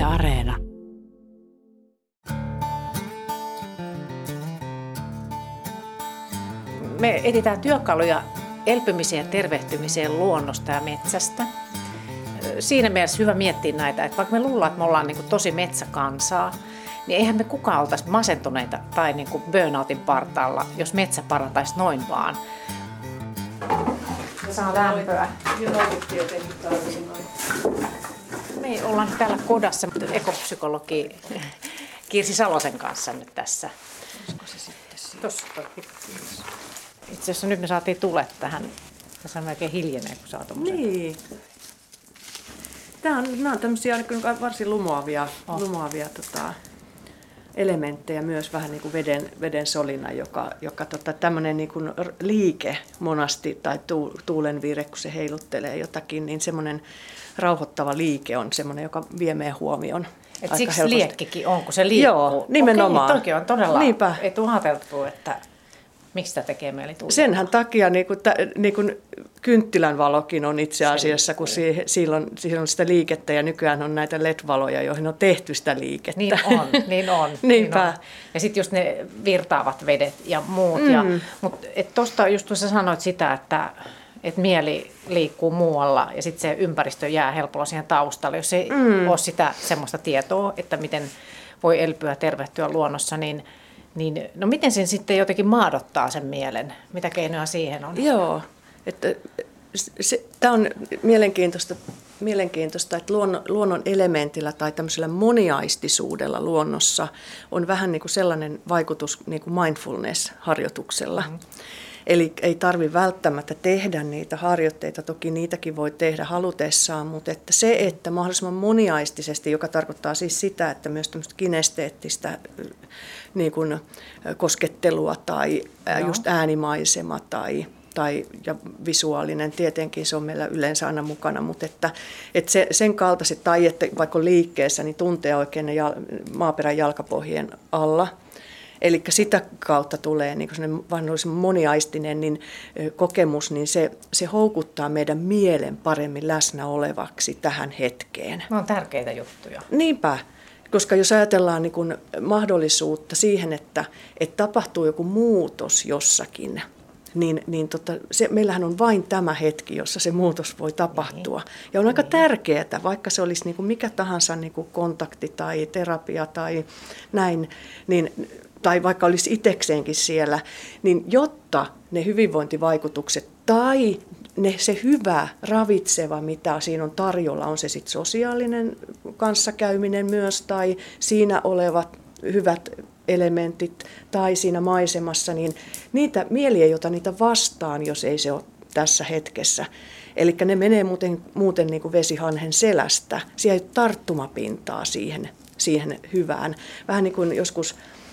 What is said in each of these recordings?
Areena. Me etsitään työkaluja elpymiseen ja tervehtymiseen luonnosta ja metsästä. Siinä mielessä hyvä miettiä näitä, että vaikka me luullaan, että me ollaan tosi metsäkansaa, niin eihän me kukaan oltaisi masentuneita tai burnoutin partaalla, jos metsä parantaisi noin vaan. Saa lämpöä. Me ollaan täällä kodassa ekopsykologi Kirsi Salosen kanssa nyt tässä. Olisiko se sitten siinä? Tossa. Itse asiassa nyt me saatiin tulet tähän. Tässä on melkein hiljenee, kun saa tommosen. Niin. Nämä on tämmöisiä varsin lumoavia elementtejä myös vähän niin kuin veden solina, joka tämmöinen niin kuin liike monasti tai tuulenvire, kun se heiluttelee jotakin, niin semmoinen rauhoittava liike on semmoinen, joka vie meidän huomion. Et siksi helposti. Liekkikin on, kun se liikkuu. Joo, nimenomaan. Okei, toki on todella, niinpä. Ei tule ajateltu, että miksi sitä tekee mieli tulla. Senhän takia niin kuin kynttilän valokin on itse asiassa, kun silloin on sitä liikettä ja nykyään on näitä LED-valoja, joihin on tehty sitä liikettä. Niin on. Niinpä. Ja sitten just ne virtaavat vedet ja muut. Mutta tuosta just sä sanoit sitä, että mieli liikkuu muualla ja sitten se ympäristö jää helpolla siihen taustalle. Jos ei ole sitä semmoista tietoa, että miten voi elpyä ja tervehtyä luonnossa, niin no miten sen sitten jotenkin maadottaa sen mielen? Mitä keinoja siihen on? Joo, että tämä on mielenkiintoista, että luonnon elementillä tai tämmöisellä moniaistisuudella luonnossa on vähän niin kuin sellainen vaikutus niin kuin mindfulness-harjoituksella. Eli ei tarvitse välttämättä tehdä niitä harjoitteita, toki niitäkin voi tehdä halutessaan, mutta että se, että mahdollisimman moniaistisesti, joka tarkoittaa siis sitä, että myös tämmöistä kinesteettistä niin kuin koskettelua tai just äänimaisema ja visuaalinen, tietenkin se on meillä yleensä aina mukana, mutta että sen kaltaiset, tai että vaikka on liikkeessä, niin tuntee oikein ne maaperän jalkapohjien alla. Eli sitä kautta tulee niin kuin moniaistinen kokemus, niin se houkuttaa meidän mielen paremmin läsnä olevaksi tähän hetkeen. Ne on tärkeitä juttuja. Niinpä, koska jos ajatellaan niin kuin mahdollisuutta siihen, että tapahtuu joku muutos jossakin, meillähän on vain tämä hetki, jossa se muutos voi tapahtua. Ja on aika tärkeää, vaikka se olisi niin kuin mikä tahansa niin kuin kontakti tai terapia tai näin, tai vaikka olisi itsekseenkin siellä, niin jotta ne hyvinvointivaikutukset tai se hyvä, ravitseva, mitä siinä on tarjolla, on se sitten sosiaalinen kanssakäyminen myös tai siinä olevat hyvät elementit tai siinä maisemassa, niin mieli ei ota niitä vastaan, jos ei se ole tässä hetkessä. Eli ne menee muuten niin kuin vesihanhen selästä. Siellä ei ole tarttumapintaa siihen hyvään. Vähän niin kuin joskus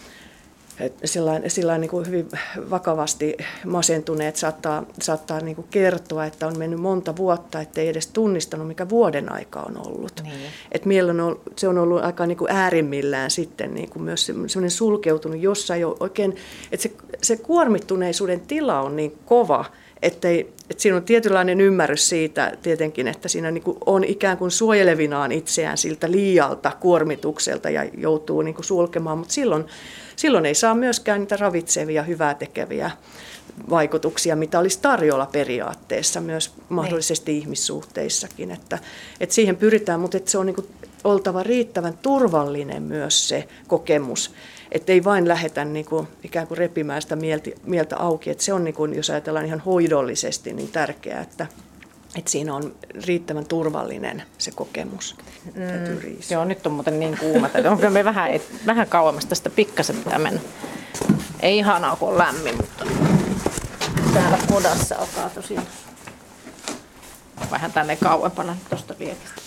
sillain niin kuin hyvin vakavasti masentuneet saattaa niin kuin kertoa, että on mennyt monta vuotta, ettei edes tunnistanut, mikä vuoden aika on ollut. Et se on ollut aika niin kuin äärimmillään sitten niin kuin myös semmoinen sulkeutunut, jossa ei ole oikein, että se kuormittuneisuuden tila on niin kova, että siinä on tietynlainen ymmärrys siitä tietenkin, että siinä niin kuin on ikään kuin suojelevinaan itseään siltä liialta kuormitukselta ja joutuu niin kuin sulkemaan, mutta silloin ei saa myöskään niitä ravitsevia, hyvää tekeviä vaikutuksia, mitä olisi tarjolla periaatteessa myös mahdollisesti ihmissuhteissakin. Että siihen pyritään, mutta että se on niin kuin oltava riittävän turvallinen myös se kokemus. Että ei vain lähdetä niin kuin ikään kuin repimään sitä mieltä auki. Että se on, niin kuin, jos ajatellaan ihan hoidollisesti, niin tärkeää, että siinä on riittävän turvallinen se kokemus. Joo, nyt on muuten niin kuuma. Onko me vähän kauemmas tästä pikkasen pitää mennä? Ei ihanaa, kun on lämmin, mutta täällä kodassa alkaa tosiaan vähän tänne kauempana tuosta liekistä.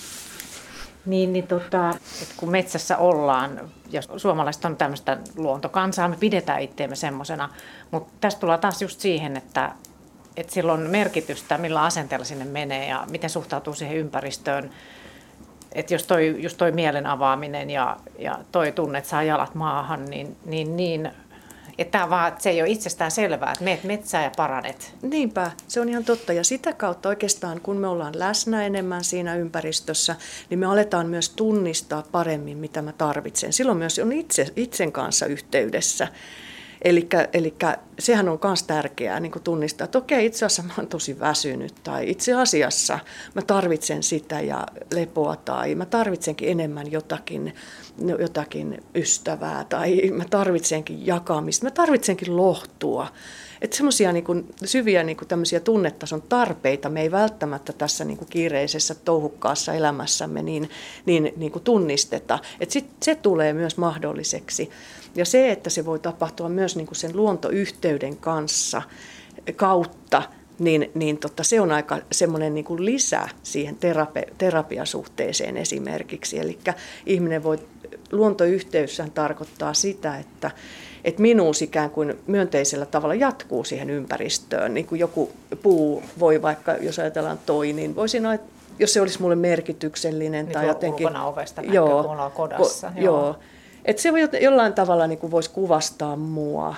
Että kun metsässä ollaan, ja suomalaiset on tämmöistä luontokansaa, me pidetään itseämme semmoisena, mutta tästä tullaan taas just siihen, että sillä on merkitystä, millä asenteella sinne menee ja miten suhtautuu siihen ympäristöön. Että jos toi mielen avaaminen ja toi tunne, että saa jalat maahan, niin Että vaan, että se ei ole itsestään selvää, että meet metsään ja paranet. Niinpä, se on ihan totta. Ja sitä kautta oikeastaan, kun me ollaan läsnä enemmän siinä ympäristössä, niin me aletaan myös tunnistaa paremmin, mitä mä tarvitsen. Silloin myös on itsen kanssa yhteydessä. Eli sehän on myös tärkeää niin kuin tunnistaa, että okei, itse asiassa mä oon tosi väsynyt tai itse asiassa mä tarvitsen sitä ja lepoa tai mä tarvitsenkin enemmän jotakin ystävää tai mä tarvitsenkin jakamista, mä tarvitsenkin lohtua. Että semmoisia niin kuin syviä niin kuin tämmöisiä tunnetason tarpeita me ei välttämättä tässä niin kuin kiireisessä touhukkaassa elämässämme niin kuin tunnisteta. Että se tulee myös mahdolliseksi. Ja se, että se voi tapahtua myös niin kuin sen luontoyhteyden kautta, se on aika semmoinen niin kuin lisä siihen terapiasuhteeseen esimerkiksi. Eli luontoyhteyshän tarkoittaa sitä, että minuus ikään kuin myönteisellä tavalla jatkuu siihen ympäristöön. Niin kuin joku puu voi vaikka, jos ajatellaan niin voisin jos se olisi mulle merkityksellinen niin tai jotenkin... ulkona ovesta näkyy, kun ollaan kodassa. Joo. Että se jollain tavalla niin kuin voisi kuvastaa mua.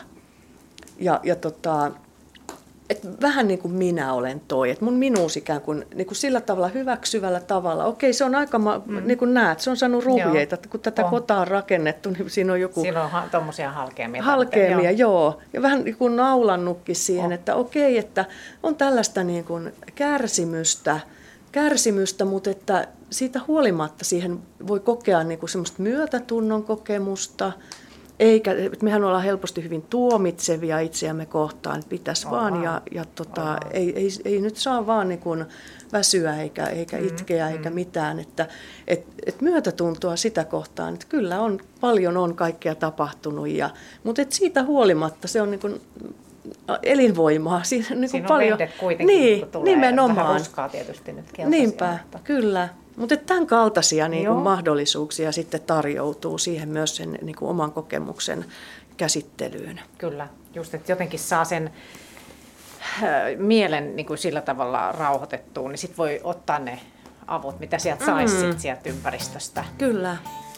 Että vähän niin kuin minä olen että mun minuus ikään kuin sillä tavalla hyväksyvällä tavalla. Okei, se on aika, niin kuin näet, se on saanut ruhjeita, että kun tätä kotaa on rakennettu, niin siinä on joku... Siinä on tuommoisia halkeamia. Halkeamia, joo. Ja vähän niin kuin naulannutkin siihen, että okei, että on tällaista niin kuin kärsimystä, mutta että siitä huolimatta siihen voi kokea niin kuin semmoista myötätunnon kokemusta, eikä, mehän ollaan helposti hyvin tuomitsevia itseämme kohtaan, että pitäisi vaan ei nyt saa vaan niin kuin väsyä eikä itkeä eikä mitään, että myötätuntoa sitä kohtaan, että kyllä paljon on kaikkea tapahtunut, mutta että siitä huolimatta se on niin kuin elinvoimaa. Siinä on paljon lehdet kuitenkin, kun tulee. Nimenomaan. Vähän ruskaa tietysti nyt keltaisia. Niinpä, kyllä. Mutta tämän kaltaisia niin kuin mahdollisuuksia sitten tarjoutuu siihen myös sen niin kuin oman kokemuksen käsittelyyn. Kyllä, just että jotenkin saa sen mielen niin kuin sillä tavalla rauhoitettua, niin sitten voi ottaa ne avut, mitä sieltä saisi sieltä ympäristöstä. Kyllä.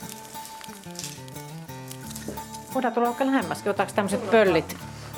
Voidaan tulla oikein lähemmäskin. Otetaanko tämmöiset pöllit?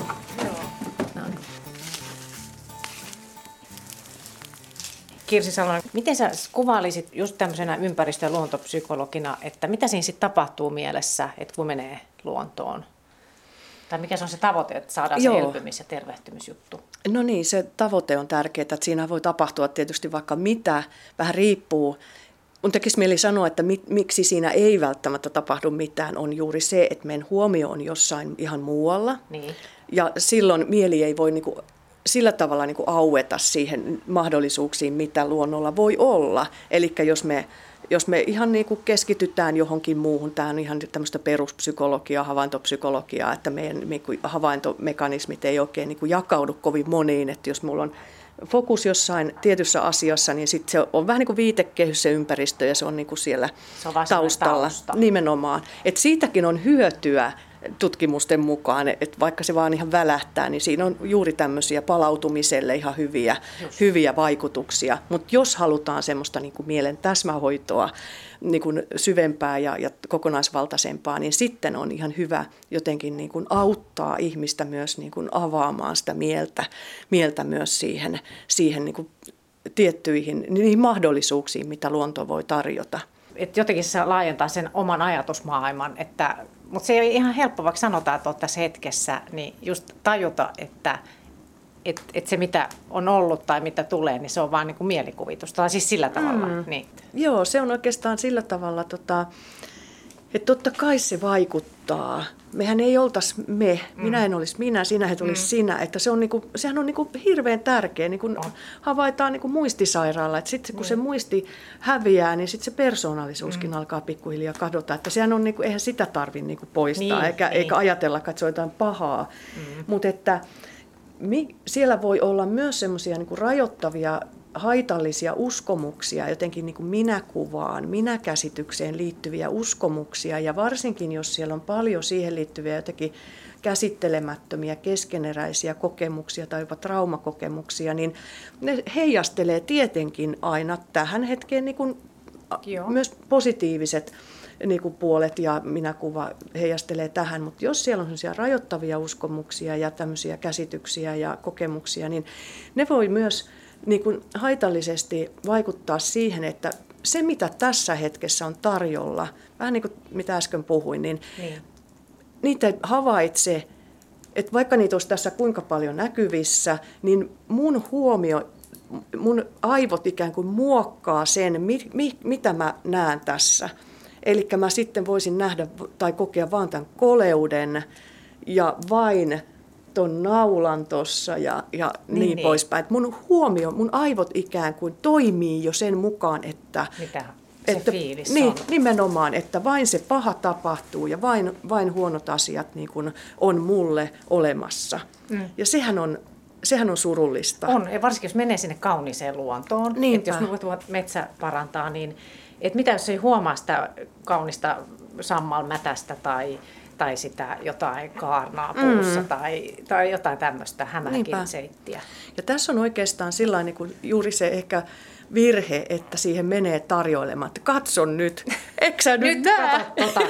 Kirsi Salonen, miten sä kuvailisit just tämmöisenä ympäristö- ja luontopsykologina, että mitä siinä sitten tapahtuu mielessä, että kun menee luontoon? Tai mikä se on se tavoite, että saadaan se elpymis- ja tervehtymisjuttu? No niin, se tavoite on tärkeää, että siinä voi tapahtua tietysti vaikka mitä, vähän riippuu. Mun tekisi mieli sanoa, että miksi siinä ei välttämättä tapahdu mitään, on juuri se, että meidän huomio on jossain ihan muualla. Niin. Ja silloin mieli ei voi niinku sillä tavalla niin kuin aueta siihen mahdollisuuksiin, mitä luonnolla voi olla. Eli jos me ihan niin kuin keskitytään johonkin muuhun, tämä on ihan tämmöistä peruspsykologiaa, havaintopsykologiaa, että meidän niin kuin havaintomekanismit ei oikein niin kuin jakaudu kovin moniin, että jos mulla on fokus jossain tietyssä asiassa, niin sitten se on vähän niin kuin viitekehys se ympäristö ja se on niin kuin siellä taustalla. Nimenomaan. Et siitäkin on hyötyä tutkimusten mukaan, että vaikka se vaan ihan välähtää, niin siinä on juuri tämmöisiä palautumiselle ihan hyviä vaikutuksia. Mutta jos halutaan semmoista niin kuin mielen täsmähoitoa, niin kuin syvempää ja kokonaisvaltaisempaa, niin sitten on ihan hyvä jotenkin niin kuin auttaa ihmistä myös niin kuin avaamaan sitä mieltä myös siihen niin kuin tiettyihin niihin mahdollisuuksiin, mitä luonto voi tarjota. Et jotenkin se laajentaa sen oman ajatusmaailman, mutta se ei ole ihan helppo, vaikka sanotaan, että olet tässä hetkessä, niin just tajuta, että se mitä on ollut tai mitä tulee, niin se on vaan niin kuin mielikuvitusta, tai siis sillä tavalla. Niin. Joo, se on oikeastaan sillä tavalla, että totta kai se vaikuttaa. Mehän ei oltaisi minä en olisi minä, sinä et olisi sinä. Että sehän on niinku hirveän tärkeä, niin kuin havaitaan niinku muistisairaalla. Että sitten kun se muisti häviää, niin sitten se persoonallisuuskin alkaa pikkuhiljaa kadota. Että sehän on niinku, eihän sitä tarvitse niinku poistaa, eikä ajatella, että se on jotain pahaa. Mutta että siellä voi olla myös semmoisia niinku rajoittavia haitallisia uskomuksia, jotenkin niin kuin minäkuvaan, minäkäsitykseen liittyviä uskomuksia, ja varsinkin jos siellä on paljon siihen liittyviä jotenkin käsittelemättömiä, keskeneräisiä kokemuksia tai jopa traumakokemuksia, niin ne heijastelee tietenkin aina tähän hetkeen niin kuin myös positiiviset niin kuin puolet ja minäkuva heijastelee tähän, mutta jos siellä on sellaisia rajoittavia uskomuksia ja tämmöisiä käsityksiä ja kokemuksia, niin ne voi myös niin kuin haitallisesti vaikuttaa siihen, että se mitä tässä hetkessä on tarjolla, vähän niin kuin mitä äsken puhuin, niin niitä ei havaitse, että vaikka niitä olisi tässä kuinka paljon näkyvissä, niin mun huomio, mun aivot ikään kuin muokkaa sen, mitä mä näen tässä. Eli mä sitten voisin nähdä tai kokea vaan tämän koleuden ja vain ton naulan tuossa ja niin poispäin. Et mun aivot ikään kuin toimii jo sen mukaan, että se fiilis niin, on. Nimenomaan, että vain se paha tapahtuu ja vain huonot asiat niin kuin on mulle olemassa. Ja sehän on surullista. On, ja varsinkin jos menee sinne kauniiseen luontoon. Että jos metsä parantaa, niin että mitä jos ei huomaa sitä kaunista sammalmätästä tai sitä jotain kaarnaa puussa tai jotain tämmöistä hämähäkin seittiä. Ja tässä on oikeastaan sillain, niin kuin juuri se ehkä virhe, että siihen menee tarjoilemaan, että katso nyt, eikö sä nyt näe,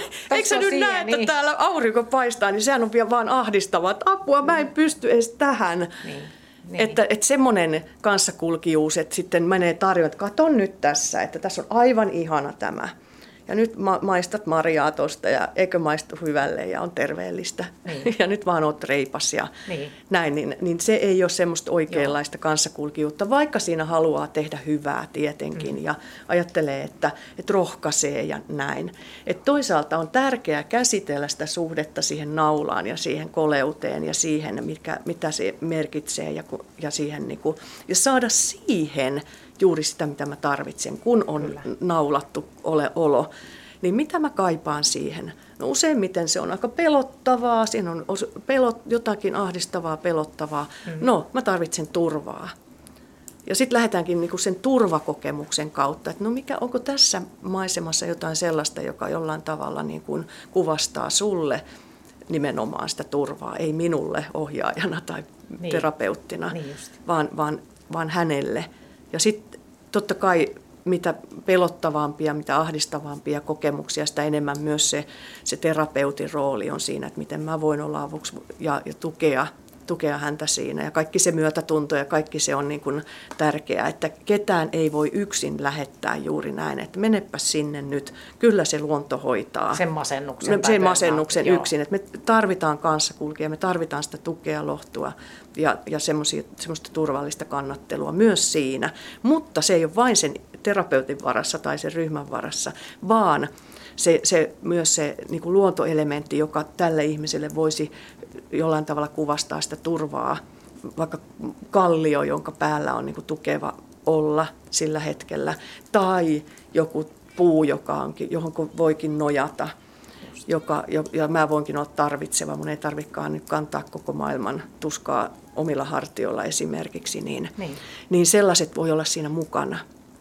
että täällä aurinko paistaa, niin sehän on vielä vaan ahdistavaa, että apua, mä en pysty edes tähän. Että semmoinen kanssakulkijuus, että sitten menee tarjoamaan, että katso nyt tässä, että tässä on aivan ihana tämä. Ja nyt maistat marjaa tosta ja eikö maistu hyvälle ja on terveellistä. Ja nyt vaan oot reipas ja näin. Niin se ei ole semmoista oikeanlaista kanssakulkijuutta, vaikka siinä haluaa tehdä hyvää tietenkin ja ajattelee, että rohkaisee ja näin. Et toisaalta on tärkeää käsitellä sitä suhdetta siihen naulaan ja siihen koleuteen ja siihen, mitä se merkitsee ja siihen ja saada siihen juuri sitä, mitä mä tarvitsen, kun on naulattu olo. Niin mitä mä kaipaan siihen? No useimmiten se on aika pelottavaa, siinä on jotakin ahdistavaa, pelottavaa. No, mä tarvitsen turvaa. Ja sitten lähdetäänkin sen turvakokemuksen kautta, että no onko tässä maisemassa jotain sellaista, joka jollain tavalla kuvastaa sulle nimenomaan sitä turvaa, ei minulle ohjaajana tai terapeuttina, vaan hänelle. Ja sitten totta kai mitä pelottavampia, mitä ahdistavampia kokemuksia, sitä enemmän myös se terapeutin rooli on siinä, että miten mä voin olla avuksi ja tukea häntä siinä. Ja kaikki se myötätunto ja kaikki se on niin kuin tärkeää, että ketään ei voi yksin lähettää juuri näin, että menepä sinne nyt, kyllä se luonto hoitaa. Sen masennuksen yksin, että me tarvitaan kanssakulkijaa, me tarvitaan sitä tukea, lohtua ja semmoista turvallista kannattelua myös siinä. Mutta se ei ole vain sen terapeutin varassa tai sen ryhmän varassa, vaan myös se niin kuin luontoelementti, joka tälle ihmiselle voisi jollain tavalla kuvastaa sitä turvaa, vaikka kallio, jonka päällä on niin kuin tukeva olla sillä hetkellä, tai joku puu, johon voikin nojata, ja mä voinkin olla tarvitseva, mun ei tarvitsekaan nyt kantaa koko maailman tuskaa omilla hartioilla esimerkiksi, niin sellaiset voi olla siinä mukana.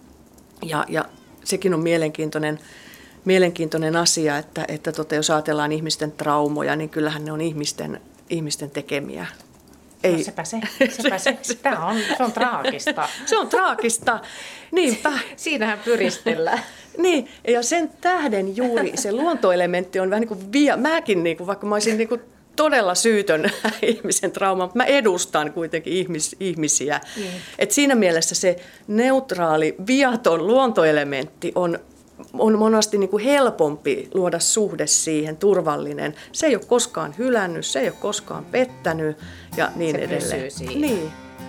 Ja sekin on mielenkiintoinen asia, että jos ajatellaan ihmisten traumoja, niin kyllähän ne on ihmisten tekemiä. Ei. No sepä se. Se on traagista. Se on traagista, niinpä. Siinähän pyristellään. Niin, ja sen tähden juuri se luontoelementti on vähän niin kuin mäkin, vaikka mä olisin todella syytön ihmisen trauma, mutta mä edustan kuitenkin ihmisiä. Et siinä mielessä se neutraali, viaton luontoelementti on monesti niin kuin helpompi luoda suhde siihen, turvallinen. Se ei ole koskaan hylännyt, se ei ole koskaan pettänyt ja niin se edelleen. Pysyy siinä. Niin.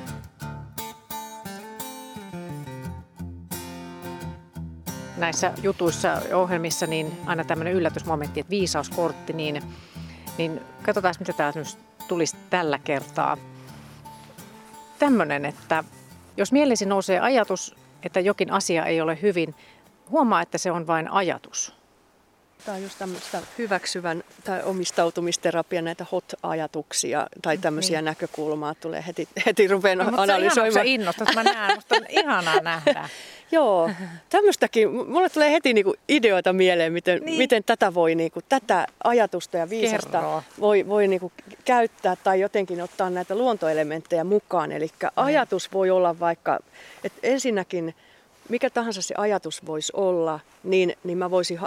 Näissä jutuissa ja ohjelmissa niin aina tämmöinen yllätysmomentti, että viisauskortti, niin katsotaan, mitä täällä nyt tulisi tällä kertaa. Tämmöinen, että jos mielesi nousee ajatus, että jokin asia ei ole hyvin, huomaa, että se on vain ajatus. Tämä on just tämmöistä hyväksyvän tai omistautumisterapian näitä hot-ajatuksia tai tämmöisiä näkökulmaa tulee heti rupean analysoimaan. Mutta se innostut, mä näen, musta on ihanaa nähdä. Joo, tämmöistäkin. Mulle tulee heti ideoita mieleen, miten tätä voi, tätä ajatusta ja viisasta voi käyttää tai jotenkin ottaa näitä luontoelementtejä mukaan. Eli ajatus voi olla vaikka, että ensinnäkin mikä tahansa se ajatus voisi olla, niin mä voisin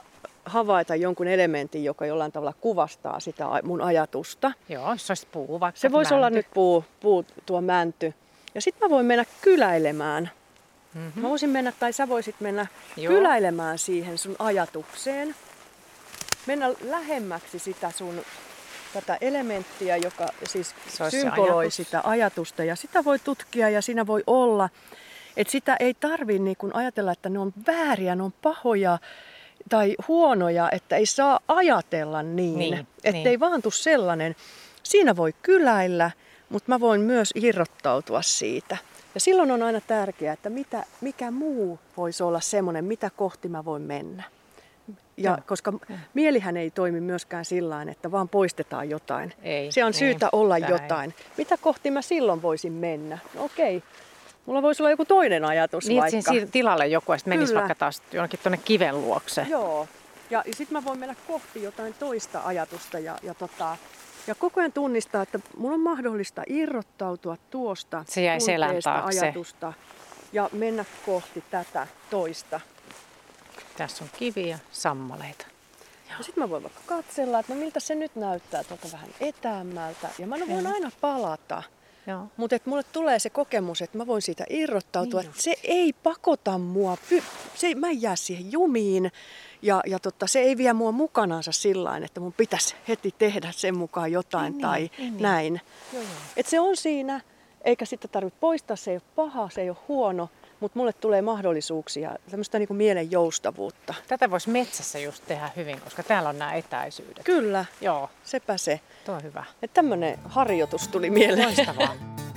havaita jonkun elementin, joka jollain tavalla kuvastaa sitä mun ajatusta. Joo, se olisi puu vaikka. Se voisi olla nyt puu, tuo mänty. Ja sitten mä voin mennä kyläilemään. Mm-hmm. Mä voisin mennä, tai sä voisit mennä kyläilemään siihen sun ajatukseen. Mennä lähemmäksi sitä sun tätä elementtiä, joka siis symboloi sitä ajatusta. Ja sitä voi tutkia ja siinä voi olla. Että sitä ei tarvitse niin kun ajatella, että ne on vääriä, ne on pahoja tai huonoja, että ei saa ajatella niin. Että ei vaan tule sellainen. Siinä voi kyläillä, mutta mä voin myös irrottautua siitä. Ja silloin on aina tärkeää, että mikä muu voisi olla semmoinen, mitä kohti mä voin mennä. Ja koska mielihän ei toimi myöskään sillain, että vaan poistetaan jotain. Se on syytä olla jotain. Mitä kohti mä silloin voisin mennä? No okei. Mulla voisi olla joku toinen ajatus niin, vaikka. Siinä tilalle joku ja sitten menisi vaikka taas jonnekin tuonne kiven luokse. Joo. Ja sitten mä voin mennä kohti jotain toista ajatusta ja koko ajan tunnistaa, että mulla on mahdollista irrottautua tuosta tunteesta, ajatusta ja mennä kohti tätä toista. Tässä on kiviä ja sammaleita. Ja sitten mä voin vaikka katsella, että no miltä se nyt näyttää tuolta vähän etäämmältä. Ja mä voin aina palata. Mutta mulle tulee se kokemus, että mä voin siitä irrottautua. Niin se ei pakota mua, mä en jää siihen jumiin. Ja se ei vie mua mukanaansa sillain, että mun pitäisi heti tehdä sen mukaan jotain näin. Että se on siinä, eikä sitä tarvitse poistaa, se ei ole paha, se ei ole huono. Mutta mulle tulee mahdollisuuksia, tämmöistä niinku mielen joustavuutta. Tätä voisi metsässä just tehdä hyvin, koska täällä on nämä etäisyydet. Kyllä, joo. Sepä se. Tuo on hyvä. Että tämmöinen harjoitus tuli mieleen. Loistavaa.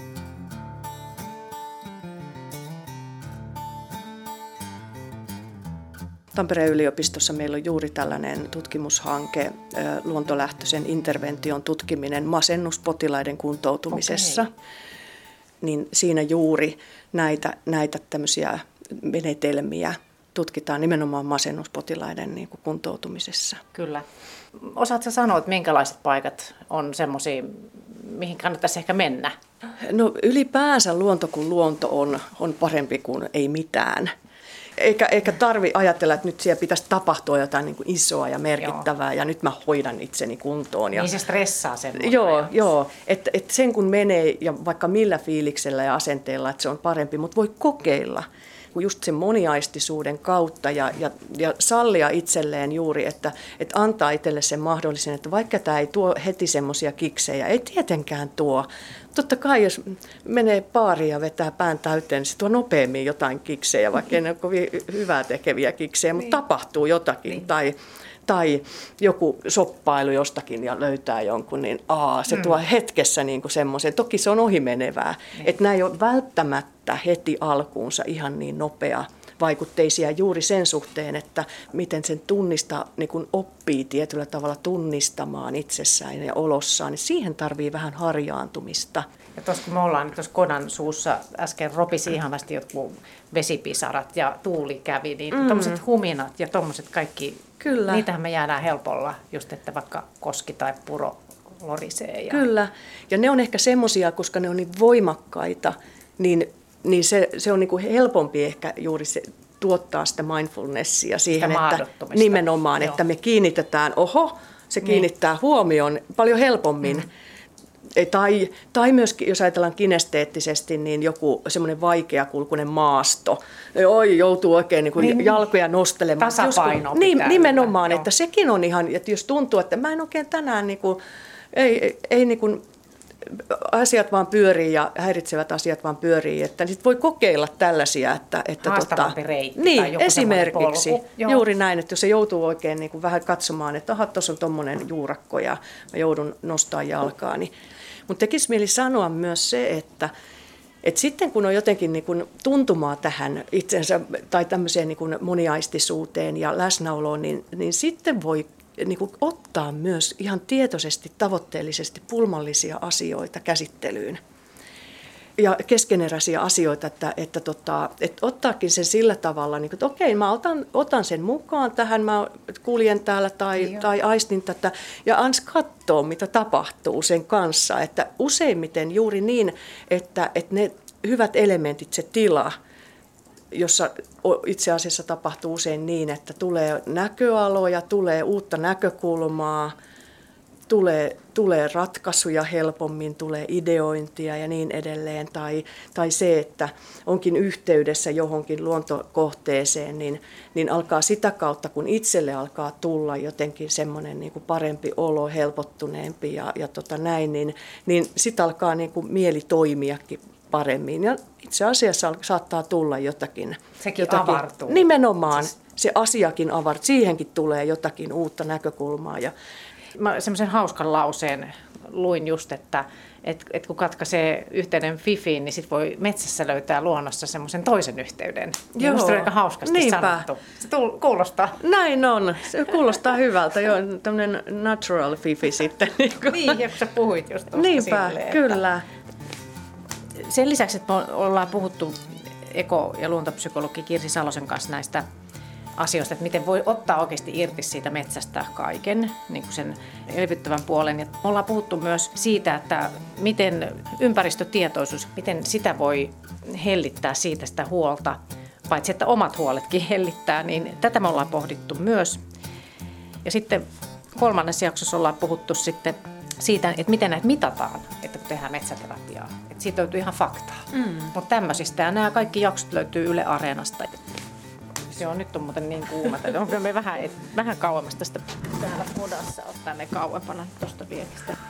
Tampereen yliopistossa meillä on juuri tällainen tutkimushanke, luontolähtöisen intervention tutkiminen masennuspotilaiden kuntoutumisessa. Okay. Niin siinä juuri näitä tämmöisiä menetelmiä tutkitaan nimenomaan masennuspotilaiden niin kuin kuntoutumisessa. Kyllä. Osaatko sanoa, että minkälaiset paikat on semmoisia, mihin kannattaisi ehkä mennä? No ylipäänsä luonto kuin luonto on parempi kuin ei mitään. Eikä tarvi ajatella, että nyt siellä pitäisi tapahtua jotain niin kuin isoa ja merkittävää ja nyt mä hoidan itseni kuntoon. Niin se stressaa sen. Joo. Että sen kun menee ja vaikka millä fiiliksellä ja asenteella, että se on parempi, mutta voi kokeilla. Just sen moniaistisuuden kautta ja sallia itselleen juuri, että antaa itselle sen mahdollisen, että vaikka tämä ei tuo heti semmoisia kiksejä, ei tietenkään tuo. Totta kai jos menee baariin ja vetää pään täyteen, niin se tuo nopeammin jotain kiksejä, vaikka ei ne ole kovin hyvää tekeviä kiksejä, mutta tapahtuu jotakin. Tai joku soppailu jostakin ja löytää jonkun, niin se tuo hetkessä niin kuin semmoisen. Toki se on ohimenevää, että nämä ei ole välttämättä heti alkuunsa ihan niin nopea vaikutteisia juuri sen suhteen, että miten sen niin kun oppii tietyllä tavalla tunnistamaan itsessään ja olossaan, niin siihen tarvii vähän harjaantumista. Ja tuossa kun me ollaan nyt tuossa Konan suussa, äsken ropisi ihanasti jotkut vesipisarat ja tuuli kävi, niin tuommoiset huminat ja tuommoiset kaikki, kyllä. Niitähän me jäädään helpolla, just että vaikka koski tai puro lorisee. Kyllä, ja ne on ehkä semmoisia, koska ne on niin voimakkaita, niin se on niin kuin helpompi ehkä juuri se tuottaa sitä mindfulnessia siihen, että nimenomaan, että me kiinnitetään, se kiinnittää huomioon paljon helpommin. Tai myöskin, jos ajatellaan kinesteettisesti, niin joku semmoinen vaikeakulkuinen maasto, joutuu oikein niin kuin jalkoja nostelemaan. Tasapaino nimenomaan, että sekin on ihan, että jos tuntuu, että mä en oikein tänään, niin kuin, ei niin kuin, asiat vaan pyörii ja häiritsevät asiat vaan pyörii, että sitten voi kokeilla tällaisia. Haastavampi reitti niin, tai joku esimerkiksi juuri näin, että jos se joutuu oikein niin kuin vähän katsomaan, että tuossa on tommoinen juurakko ja mä joudun nostaa jalkaani. Mutta tekisi mieli sanoa myös se, että sitten kun on jotenkin niin kuin tuntumaa tähän itsensä tai tämmöiseen niin kuin moniaistisuuteen ja läsnäoloon, niin sitten voi niin kuin ottaa myös ihan tietoisesti, tavoitteellisesti pulmallisia asioita käsittelyyn. Ja keskeneräisiä asioita, että ottaakin sen sillä tavalla, niin kuin, että okei, mä otan sen mukaan tähän, mä kuljen täällä tai aistin tätä ja ans katsoo, mitä tapahtuu sen kanssa. Että useimmiten juuri niin, että ne hyvät elementit, se tila, jossa itse asiassa tapahtuu usein niin, että tulee näköaloja, tulee uutta näkökulmaa, tulee ratkaisuja helpommin, tulee ideointia ja niin edelleen. Tai se, että onkin yhteydessä johonkin luontokohteeseen, niin alkaa sitä kautta, kun itselle alkaa tulla jotenkin semmoinen niin kuin parempi olo, helpottuneempi ja näin, niin sitten alkaa niin kuin mieli toimiakin paremmin. Ja itse asiassa saattaa tulla jotakin. Sekin avartuu. Nimenomaan. Se asiakin avartuu. Siihenkin tulee jotakin uutta näkökulmaa. Mä semmoisen hauskan lauseen luin just, että kun katkaisee yhteyden Fifiin, niin sit voi metsässä löytää luonnossa semmoisen toisen yhteyden. Joo. Musta on aika hauskasti Niinpä. sanottu. Se kuulostaa. Näin on. Se kuulostaa hyvältä. Joo, tämmöinen natural Fifi sitten. Niin, ja kun sä puhuit just tuosta Niinpä, silleen, kyllä. Sen lisäksi, että me ollaan puhuttu eko- ja luontopsykologi Kirsi Salosen kanssa näistä asioista, että miten voi ottaa oikeasti irti siitä metsästä kaiken, niin kuin sen elvyttävän puolen. Ja me ollaan puhuttu myös siitä, että miten ympäristötietoisuus, miten sitä voi hellittää siitä sitä huolta, paitsi että omat huoletkin hellittää, niin tätä me ollaan pohdittu myös. Ja sitten 3. jaksossa ollaan puhuttu sitten siitä, että miten näitä mitataan, että kun tehdään metsäterapiaa. Että siitä löytyy ihan faktaa. Mutta tämmöisistä, ja nämä kaikki jaksot löytyy Yle Areenasta. Joo, nyt on muuten niin kuuma, että onko me vähän kauemmas tästä täällä podassa ottaa ne kauempana tuosta viekistä.